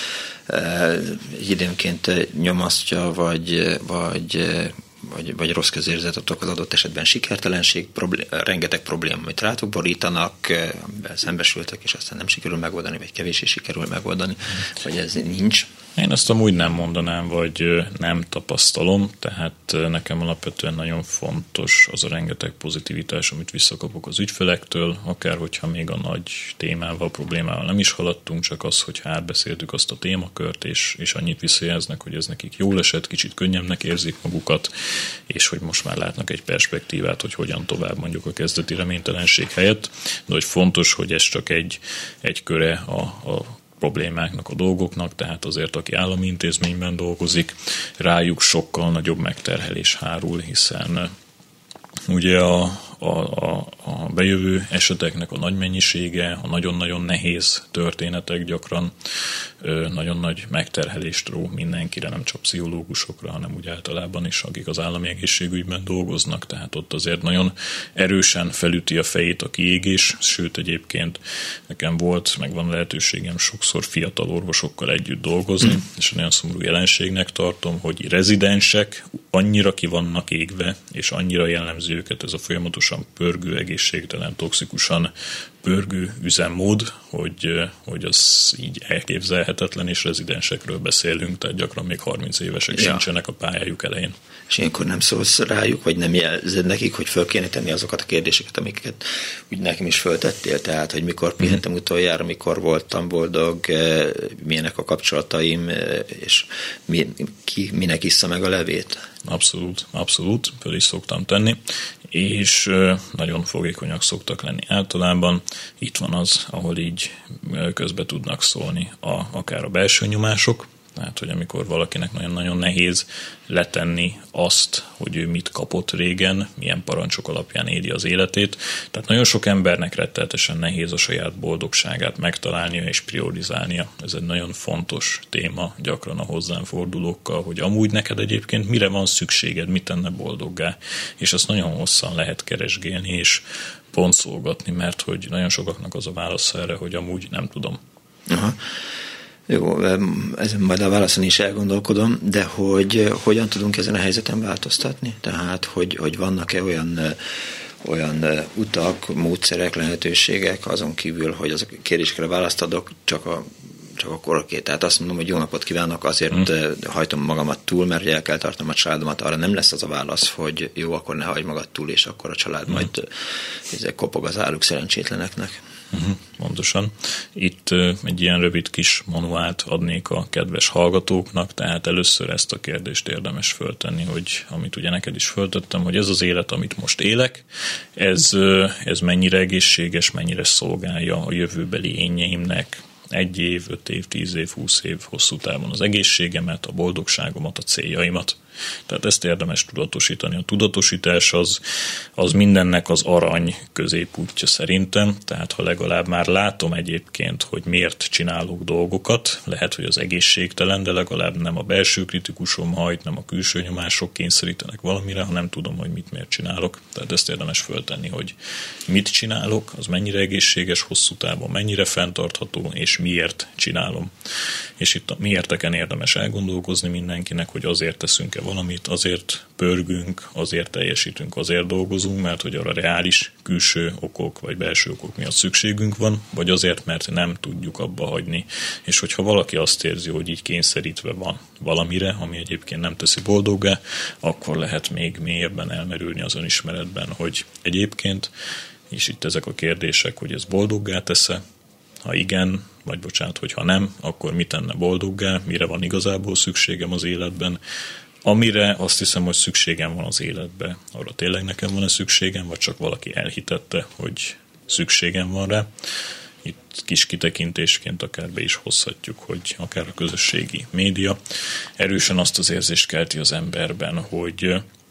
e, időnként nyomasztja, vagy, vagy, vagy, vagy rossz közérzetet okoz adott esetben sikertelenség, problém, rengeteg probléma, amit rátok borítanak, amivel szembesültek, és aztán nem sikerül megoldani, vagy kevéssé sikerül megoldani, vagy ez nincs. Én ezt amúgy nem mondanám, vagy nem tapasztalom, tehát nekem alapvetően nagyon fontos az a rengeteg pozitivitás, amit visszakapok az ügyfelektől, akár hogyha még a nagy témával, problémával nem is haladtunk, csak az, hogy átbeszéltük azt a témakört, és, és annyit visszajelznek, hogy ez nekik jól esett, kicsit könnyebbnek érzik magukat, és hogy most már látnak egy perspektívát, hogy hogyan tovább mondjuk a kezdeti reménytelenség helyett, de hogy fontos, hogy ez csak egy, egy köre a, a problémáknak, a dolgoknak, tehát azért, aki állami intézményben dolgozik, rájuk sokkal nagyobb megterhelés hárul, hiszen ugye a, a, a, a bejövő eseteknek a nagy mennyisége, a nagyon-nagyon nehéz történetek gyakran ö, nagyon nagy megterhelést ró mindenkire, nem csak pszichológusokra, hanem úgy általában is, akik az állami egészségügyben dolgoznak, tehát ott azért nagyon erősen felüti a fejét a kiégés, sőt egyébként nekem volt, meg van lehetőségem sokszor fiatal orvosokkal együtt dolgozni, mm. és nagyon szomorú jelenségnek tartom, hogy rezidensek annyira ki vannak égve, és annyira jellemző őket ez a folyamatosan pörgő, egészségtelen, toxikusan pörgő üzemmód, hogy, hogy az így elképzelhetetlen, és rezidensekről beszélünk, tehát gyakran még harminc évesek ja. sincsenek a pályájuk elején. És ilyenkor nem szólsz rájuk, vagy nem jelzed nekik, hogy föl kéne tenni azokat a kérdéseket, amiket úgy nekem is föltettél, tehát, hogy mikor pihentem mm. utoljára, mikor voltam boldog, milyenek a kapcsolataim, és mi, ki, minek issza meg a levét? Abszolút, abszolút, föl is szoktam tenni, és nagyon fogékonyak szoktak lenni általában. Itt van az, ahol így közbe tudnak szólni a, akár a belső nyomások, tehát, hogy amikor valakinek nagyon-nagyon nehéz letenni azt, hogy ő mit kapott régen, milyen parancsok alapján éli az életét. Tehát nagyon sok embernek rettenetesen nehéz a saját boldogságát megtalálnia és priorizálnia. Ez egy nagyon fontos téma gyakran a hozzám fordulókkal, hogy amúgy neked egyébként mire van szükséged, mit tenne boldoggá. És azt nagyon hosszan lehet keresgélni és pontszolgatni, mert hogy nagyon sokaknak az a válasz erre, hogy amúgy nem tudom. Aha. Jó, ezen majd a válaszon is elgondolkodom, de hogy hogyan tudunk ezen a helyzeten változtatni? Tehát, hogy, hogy vannak-e olyan, olyan utak, módszerek, lehetőségek, azon kívül, hogy azok a kérdéskre választ adok, csak a csak akkor oké. Tehát azt mondom, hogy jó napot kívánok, azért hmm. hajtom magamat túl, mert el kell tartanom a családomat. Arra nem lesz az a válasz, hogy jó, akkor ne hagyd magad túl, és akkor a család hmm. majd ezek kopog az álluk szerencsétleneknek. Uh-huh, pontosan. Itt uh, egy ilyen rövid kis manuált adnék a kedves hallgatóknak, tehát először ezt a kérdést érdemes föltenni, hogy amit ugye neked is föltettem, hogy ez az élet, amit most élek, ez, uh, ez mennyire egészséges, mennyire szolgálja a jövőbeli énjeimnek, egy év, öt év, tíz év, húsz év hosszú távon az egészségemet, a boldogságomat, a céljaimat. Tehát ezt érdemes tudatosítani. A tudatosítás az, az mindennek az arany középútja szerintem, tehát ha legalább már látom egyébként, hogy miért csinálok dolgokat, lehet, hogy az egészségtelen, de legalább nem a belső kritikusom hajt, nem a külső nyomások kényszerítenek valamire, hanem tudom, hogy mit miért csinálok. Tehát ezt érdemes föltenni, hogy mit csinálok, az mennyire egészséges hosszú távon, mennyire fenntartható, és miért csinálom. És itt a miérteken érdemes elgondolkozni mindenkinek, hogy azért teszünk-e valamit, azért pörgünk, azért teljesítünk, azért dolgozunk, mert hogy arra reális külső okok vagy belső okok miatt szükségünk van, vagy azért, mert nem tudjuk abba hagyni. És hogyha valaki azt érzi, hogy így kényszerítve van valamire, ami egyébként nem teszi boldoggá, akkor lehet még mélyebben elmerülni az önismeretben, hogy egyébként, és itt ezek a kérdések, hogy ez boldoggá tesz-e, ha igen, vagy bocsánat, hogyha nem, akkor mit tenne boldoggá, mire van igazából szükségem az életben, amire azt hiszem, hogy szükségem van az életben. Arra tényleg nekem van-e szükségem, vagy csak valaki elhitette, hogy szükségem van rá. Itt kis kitekintésként akár be is hozhatjuk, hogy akár a közösségi média erősen azt az érzést kelti az emberben, hogy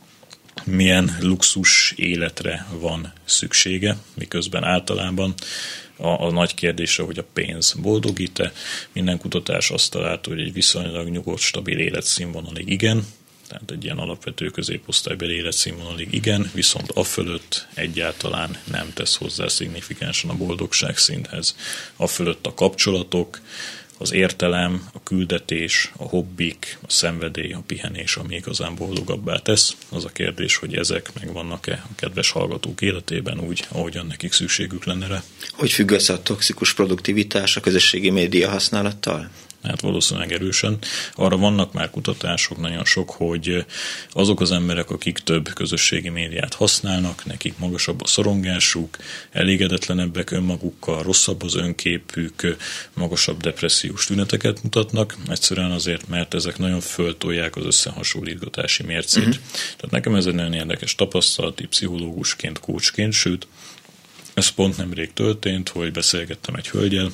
milyen luxus életre van szüksége, miközben általában a, a nagy kérdése, hogy a pénz boldogít-e. Minden kutatás azt találta, hogy egy viszonylag nyugodt, stabil életszínvonalig igen, tehát egy ilyen alapvető középosztálybeli életszínvonalig igen, viszont afölött egyáltalán nem tesz hozzá szignifikánsan a boldogság szinthez. Afölött a kapcsolatok, az értelem, a küldetés, a hobbik, a szenvedély, a pihenés, ami igazán boldogabbá tesz. Az a kérdés, hogy ezek megvannak-e a kedves hallgatók életében úgy, ahogyan nekik szükségük lenne rá. Hogy függ össze a toxikus produktivitás a közösségi média használattal? Hát valószínűleg erősen. Arra vannak már kutatások nagyon sok, hogy azok az emberek, akik több közösségi médiát használnak, nekik magasabb a szorongásuk, elégedetlenebbek önmagukkal, rosszabb az önképük, magasabb depressziós tüneteket mutatnak, egyszerűen azért, mert ezek nagyon föltolják az összehasonlítgatási mércét. Uh-huh. Tehát nekem ez egy nagyon érdekes tapasztalat, így pszichológusként, coachként, sőt, ez pont nemrég történt, hogy beszélgettem egy hölgyel,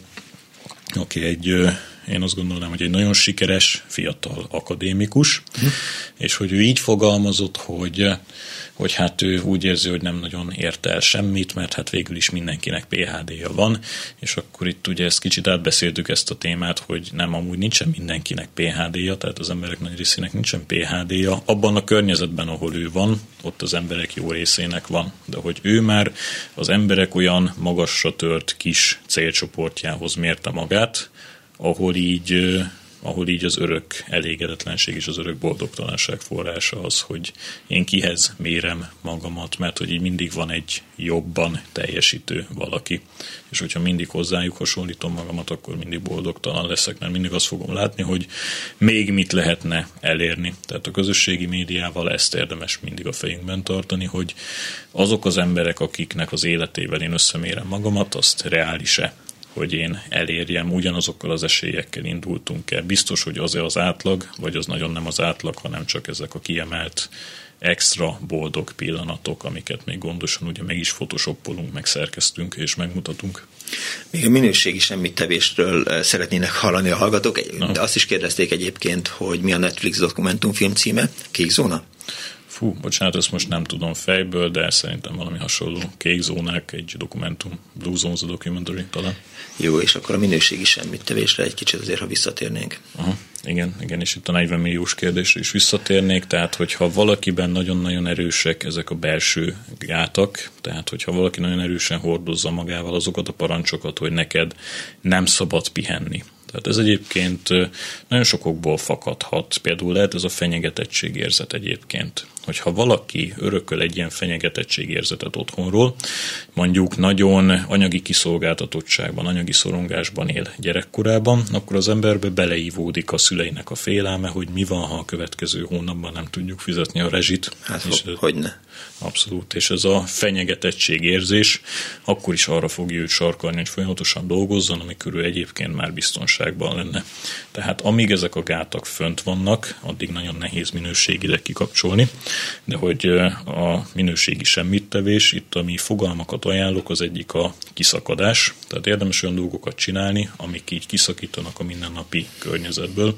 aki egy én azt gondolnám, hogy egy nagyon sikeres, fiatal akadémikus, hm. és hogy ő így fogalmazott, hogy, hogy hát ő úgy érzi, hogy nem nagyon ért el semmit, mert hát végül is mindenkinek pé há dé-ja van, és akkor itt ugye ezt kicsit átbeszéltük ezt a témát, hogy nem, amúgy nincsen mindenkinek pé há dé-ja, tehát az emberek nagy részének nincsen pé há dé-ja. Abban a környezetben, ahol ő van, ott az emberek jó részének van, de hogy ő már az emberek olyan magasra tört kis célcsoportjához mérte magát, ahol így, ahol így az örök elégedetlenség és az örök boldogtalanság forrása az, hogy én kihez mérem magamat, mert hogy így mindig van egy jobban teljesítő valaki. És hogyha mindig hozzájuk hasonlítom magamat, akkor mindig boldogtalan leszek, mert mindig azt fogom látni, hogy még mit lehetne elérni. Tehát a közösségi médiával ezt érdemes mindig a fejünkben tartani, hogy azok az emberek, akiknek az életével én összemérem magamat, azt reális-e, hogy én elérjem, ugyanazokkal az esélyekkel indultunk el. Biztos, hogy az-e az átlag, vagy az nagyon nem az átlag, hanem csak ezek a kiemelt extra boldog pillanatok, amiket még gondosan ugye meg is photoshoppolunk, megszerkesztünk és megmutatunk. Még a minőségi semmittevésről szeretnének hallani a hallgatók. De azt is kérdezték egyébként, hogy mi a Netflix dokumentumfilm címe? Kék zóna? Fú, bocsánat, ezt most nem tudom fejből, de szerintem valami hasonló. Kék zónák, egy dokumentum, Blue Zones a documentary talán. Jó, és akkor a minőségi semmittevésre egy kicsit azért, ha visszatérnénk. Aha, igen, igen, és itt a negyven milliós kérdésre is visszatérnék, tehát hogyha valakiben nagyon-nagyon erősek ezek a belső gátak, tehát hogyha valaki nagyon erősen hordozza magával azokat a parancsokat, hogy neked nem szabad pihenni. Tehát ez egyébként nagyon sokokból fakadhat. Például lehet ez a fenyegetettségérzet egyébként. Hogyha valaki örököl egy ilyen fenyegetettségérzetet otthonról, mondjuk nagyon anyagi kiszolgáltatottságban, anyagi szorongásban él gyerekkorában, akkor az emberbe beleívódik a szüleinek a félelme, hogy mi van, ha a következő hónapban nem tudjuk fizetni a rezsit. Hát ho- hogyne. Abszolút, és ez a fenyegetettségérzés akkor is arra fogja őt sarkalni, hogy folyamatosan dolgozzon, amikor ő egyébként már biztonságban lenne. Tehát amíg ezek a gátak fönt vannak, addig nagyon nehéz minőségileg kikapcsolni, de hogy a minőségi semmittevés, itt ami fogalmakat ajánlok, az egyik a kiszakadás, tehát érdemes olyan dolgokat csinálni, amik így kiszakítanak a mindennapi környezetből,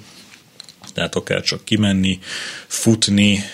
tehát akár csak kimenni, futni,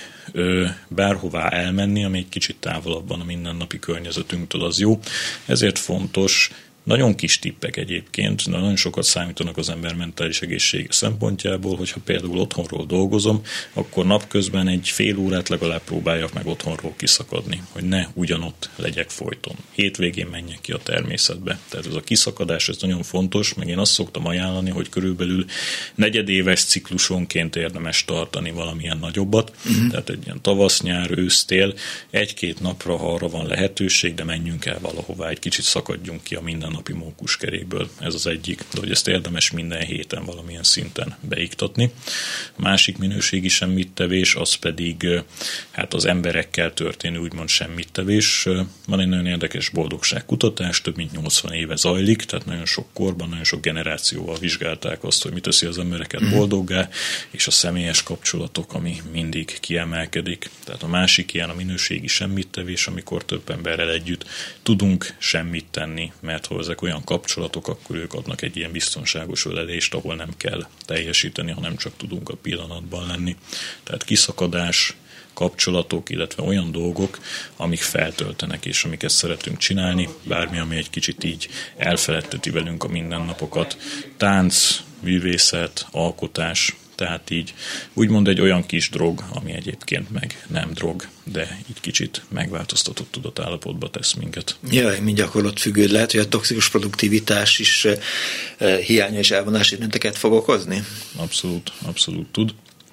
bárhová elmenni, ami egy kicsit távolabb van a mindennapi környezetünktől, az jó. Ezért fontos Nagyon kis tippek egyébként, de nagyon sokat számítanak az ember mentális egészsége szempontjából, hogyha például otthonról dolgozom, akkor napközben egy fél órát legalább próbáljak meg otthonról kiszakadni, hogy ne ugyanott legyek folyton. Hétvégén menjek ki a természetbe. Tehát ez a kiszakadás, ez nagyon fontos, meg én azt szoktam ajánlani, hogy körülbelül negyedéves ciklusonként érdemes tartani valamilyen nagyobbat, uh-huh. tehát egy ilyen tavasz, nyár, ősz, tél, egy-két napra, ha arra van lehetőség, de menjünk el valahová, egy kicsit szakadjunk ki a mindennapi mókuskerékből. Ez az egyik, de hogy ezt érdemes minden héten valamilyen szinten beiktatni. A másik minőségi semmittevés, az pedig hát az emberekkel történő úgymond semmittevés. Van egy nagyon érdekes boldogságkutatás, több mint nyolcvan éve zajlik, tehát nagyon sok korban, nagyon sok generációval vizsgálták azt, hogy mit teszi az embereket boldoggá, és a személyes kapcsolatok, ami mindig kiemelkedik. Tehát a másik ilyen a minőségi semmittevés, amikor több emberrel együtt tudunk semmit tenni, mert ha ezek olyan kapcsolatok, akkor ők adnak egy ilyen biztonságos ölelést, ahol nem kell teljesíteni, hanem csak tudunk a pillanatban lenni. Tehát kiszakadás, kapcsolatok, illetve olyan dolgok, amik feltöltenek, és amiket szeretünk csinálni, bármi, ami egy kicsit így elfeledteti velünk a mindennapokat. Tánc, művészet, alkotás, tehát így úgymond egy olyan kis drog, ami egyébként meg nem drog, de így kicsit megváltoztatott tudatállapotba tesz minket. Jaj, mi gyakorlatfüggő, lehet, hogy a toxikus produktivitás is e, hiánya és elvonási rendeket fog okozni? Abszolút, abszolút tud.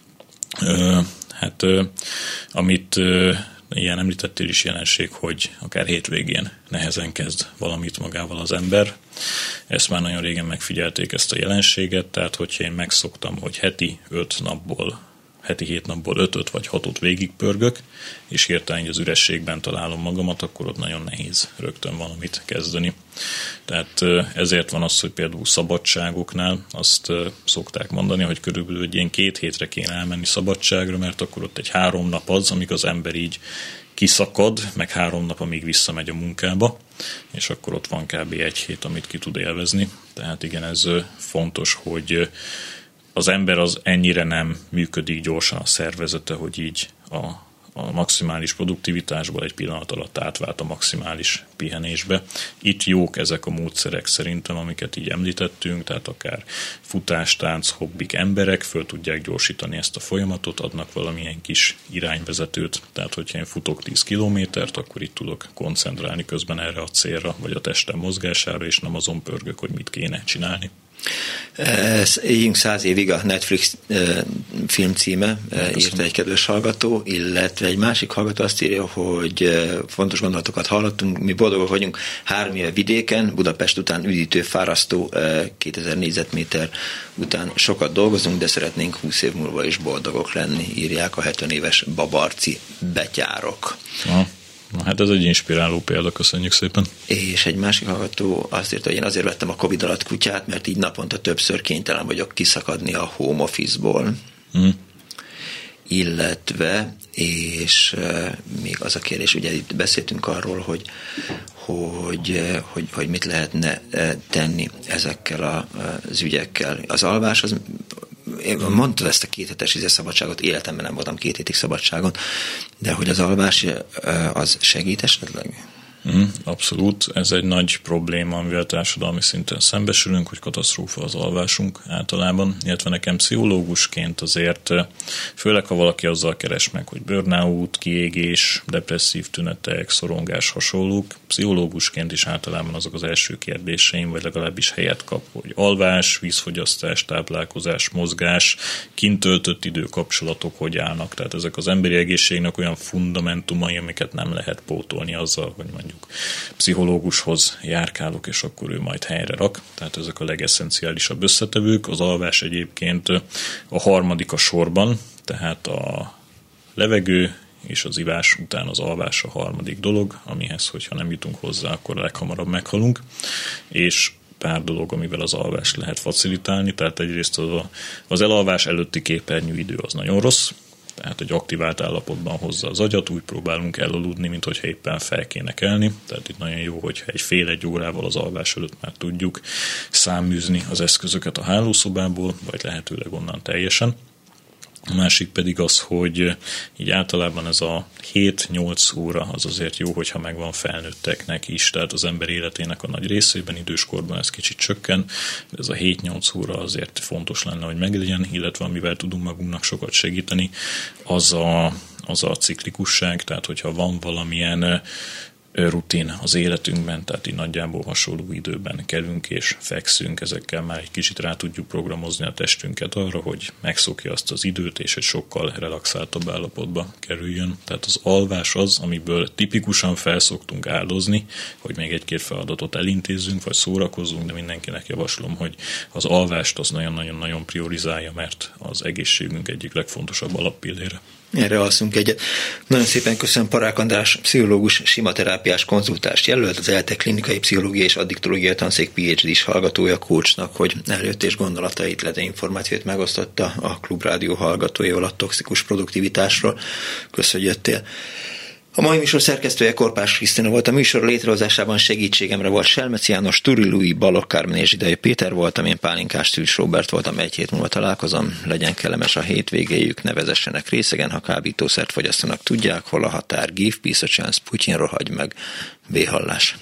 Ö, hát ö, amit ö, ilyen említettél is jelenség, hogy akár hétvégén nehezen kezd valamit magával az ember. Ezt már nagyon régen megfigyelték, ezt a jelenséget, tehát hogyha én megszoktam, hogy heti öt napból, heti hét napból ötöt vagy hatot végigpörgök, és hirtelen az ürességben találom magamat, akkor ott nagyon nehéz rögtön valamit kezdeni. Tehát ezért van az, hogy például szabadságoknál azt szokták mondani, hogy körülbelül egy ilyen két hétre kéne elmenni szabadságra, mert akkor ott egy három nap az, amíg az ember így kiszakad, meg három nap, amíg visszamegy a munkába, és akkor ott van kb. Egy hét, amit ki tud élvezni. Tehát igen, ez fontos, hogy az ember az ennyire nem működik gyorsan a szervezete, hogy így a, a maximális produktivitásból egy pillanat alatt átvált a maximális pihenésbe. Itt jók ezek a módszerek szerintem, amiket így említettünk, tehát akár futás, tánc, hobbik, emberek föl tudják gyorsítani ezt a folyamatot, adnak valamilyen kis irányvezetőt, tehát hogyha én futok tíz kilométert, akkor itt tudok koncentrálni közben erre a célra, vagy a testem mozgására, és nem azon pörgök, hogy mit kéne csinálni. Éljünk száz évig a Netflix film címe, írta egy kedves hallgató, illetve egy másik hallgató azt írja, hogy fontos gondolatokat hallottunk, mi boldogok vagyunk három éve vidéken, Budapest után üdítő, fárasztó, kétezer négyzetméter után sokat dolgozunk, de szeretnénk húsz év múlva is boldogok lenni, írják a hetven éves babarci betyárok. Ha. Na, hát ez egy inspiráló példa, köszönjük szépen. És egy másik hallgató azt írta, hogy én azért vettem a Covid alatt kutyát, mert így naponta többször kénytelen vagyok kiszakadni a home office-ból. Mm. Illetve, és uh, még az a kérdés, ugye itt beszéltünk arról, hogy, hogy, uh, hogy, hogy mit lehetne uh, tenni ezekkel a, uh, az ügyekkel. Az alvás, az én mondtad ezt a kéthetes szabadságot, életemben nem voltam két hétig szabadságon, de hogy az alvás az segít esetleg? Mm, abszolút. Ez egy nagy probléma, amivel társadalmi szinten szembesülünk, hogy katasztrófa az alvásunk általában, illetve nekem pszichológusként azért, főleg ha valaki azzal keres meg, hogy burnout, kiégés, depresszív tünetek, szorongás, hasonlók, pszichológusként is általában azok az első kérdéseim, vagy legalábbis helyet kap, hogy alvás, vízfogyasztás, táplálkozás, mozgás, kint töltött idő, kapcsolatok hogy állnak. Tehát ezek az emberi egészségnek olyan fundamentumai, amiket nem lehet pótolni azzal, hogy mondjuk pszichológushoz járkálok, és akkor ő majd helyre rak. Tehát ezek a legeszenciálisabb összetevők. Az alvás egyébként a harmadik a sorban, tehát a levegő és az ivás után az alvás a harmadik dolog, amihez, hogyha nem jutunk hozzá, akkor leghamarabb meghalunk. És pár dolog, amivel az alvást lehet facilitálni, tehát egyrészt az, a, az elalvás előtti képernyőidő az nagyon rossz, tehát egy aktivált állapotban hozza az agyat, úgy próbálunk elaludni, mint hogyha éppen fel kéne kelni. Tehát itt nagyon jó, hogyha egy fél-egy órával az alvás előtt már tudjuk száműzni az eszközöket a hálószobából, vagy lehetőleg onnan teljesen. A másik pedig az, hogy így általában ez a hét-nyolc óra az azért jó, hogyha megvan felnőtteknek is, tehát az ember életének a nagy részében, időskorban ez kicsit csökken, de ez a hét-nyolc óra azért fontos lenne, hogy meglegyen, illetve amivel tudunk magunknak sokat segíteni, az a, az a ciklikusság, tehát hogyha van valamilyen rutin az életünkben, tehát így nagyjából hasonló időben kelünk és fekszünk, ezekkel már egy kicsit rá tudjuk programozni a testünket arra, hogy megszokja azt az időt, és egy sokkal relaxáltabb állapotba kerüljön. Tehát az alvás az, amiből tipikusan felszoktunk áldozni, hogy még egy-két feladatot elintézzünk, vagy szórakozzunk, de mindenkinek javaslom, hogy az alvást az nagyon-nagyon-nagyon priorizálja, mert az egészségünk egyik legfontosabb alappillére. Erre alszunk egyet. Nagyon szépen köszönöm Parák András, pszichológus, simaterápiás konzultást jelölt, az ELTE klinikai pszichológia és addiktológia tanszék pé há dés hallgatója, coachnak, hogy eljött és gondolatait, illetve információt megosztotta a Klubrádió hallgatóival a toxikus produktivitásról. Köszönöm, hogy jöttél. A mai műsor szerkesztője Korpás Krisztina volt, a műsor létrehozásában segítségemre volt Selmeci János, Turi Lui, Balogh Kármen és Zsidai Péter voltam, én Pálinkás Szűcs Róbert voltam, egy hét múlva találkozom, legyen kellemes a hétvégéjük, ne vezessenek részegen, ha kábítószert fogyasztanak, tudják, hol a határ, give peace a chance, Putyin rohagy meg, B-hallás.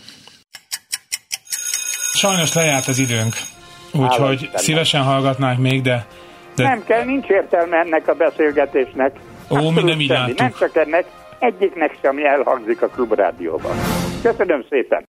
Sajnos lejárt az időnk, úgyhogy szívesen hallgatnánk még, de, de... Nem kell, nincs értelme ennek a beszélgetésnek. Ó, mi nem így láttuk. Nem csak ennek, egyiknek sem elhangzik a Klubrádióban. Köszönöm szépen!